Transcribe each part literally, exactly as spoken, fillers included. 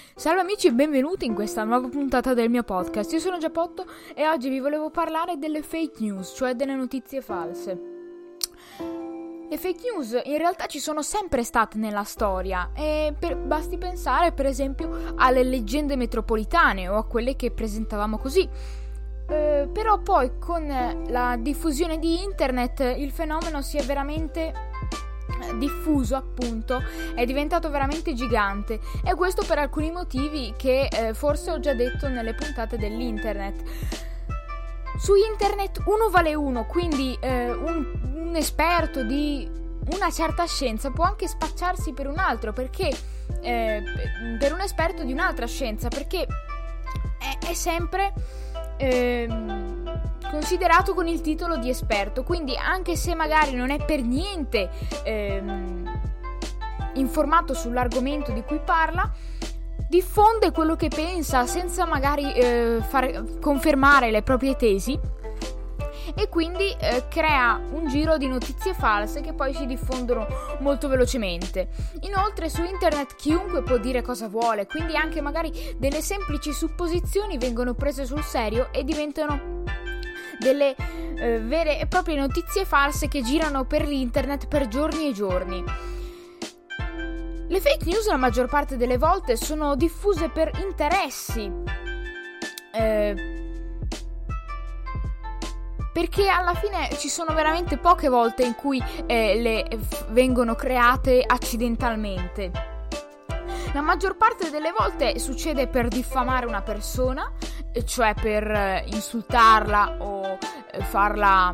Salve amici e benvenuti in questa nuova puntata del mio podcast. Io sono Giappotto e oggi vi volevo parlare delle fake news, cioè delle notizie false. Le fake news in realtà ci sono sempre state nella storia e per, basti pensare per esempio alle leggende metropolitane o a quelle che presentavamo così. Eh, però poi con la diffusione di internet il fenomeno si è veramente diffuso, appunto, è diventato veramente gigante, e questo per alcuni motivi che eh, forse ho già detto nelle puntate dell'internet. Su internet uno vale uno, quindi eh, un, un esperto di una certa scienza può anche spacciarsi per un altro, perché eh, per un esperto di un'altra scienza, perché è, è sempre eh, considerato con il titolo di esperto, quindi anche se magari non è per niente ehm, informato sull'argomento di cui parla, diffonde quello che pensa senza magari eh, far confermare le proprie tesi, e quindi eh, crea un giro di notizie false che poi si diffondono molto velocemente. Inoltre su internet chiunque può dire cosa vuole, quindi anche magari delle semplici supposizioni vengono prese sul serio e diventano delle eh, vere e proprie notizie false che girano per l'internet per giorni e giorni. Le fake news la maggior parte delle volte sono diffuse per interessi, eh, perché alla fine ci sono veramente poche volte in cui eh, le f- vengono create accidentalmente. La maggior parte delle volte succede per diffamare una persona, cioè per eh, insultarla o eh, farla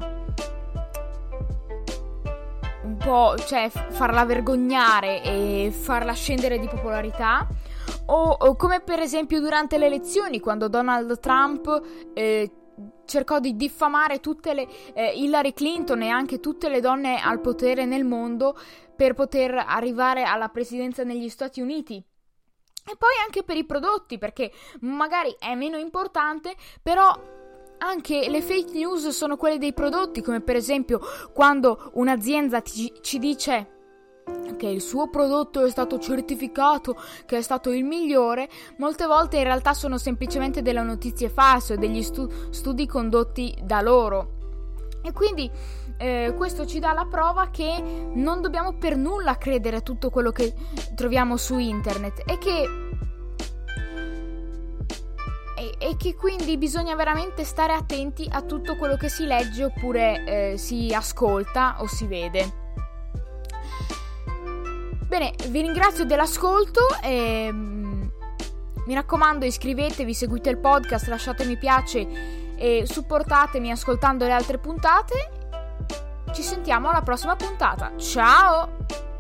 un po', cioè f- farla vergognare e farla scendere di popolarità, o, o come per esempio durante le elezioni, quando Donald Trump eh, cercò di diffamare tutte le eh, Hillary Clinton e anche tutte le donne al potere nel mondo per poter arrivare alla presidenza negli Stati Uniti. E poi anche per i prodotti, perché magari è meno importante, però anche le fake news sono quelle dei prodotti, come per esempio quando un'azienda ti, ci dice che il suo prodotto è stato certificato, che è stato il migliore. Molte volte in realtà sono semplicemente delle notizie false o degli stu- studi condotti da loro, e quindi eh, questo ci dà la prova che non dobbiamo per nulla credere a tutto quello che troviamo su internet, e che e, e che quindi bisogna veramente stare attenti a tutto quello che si legge oppure eh, si ascolta o si vede. Bene, vi ringrazio dell'ascolto e mm, mi raccomando, iscrivetevi, seguite il podcast, lasciate mi piace e supportatemi ascoltando le altre puntate. Ci sentiamo alla prossima puntata. Ciao!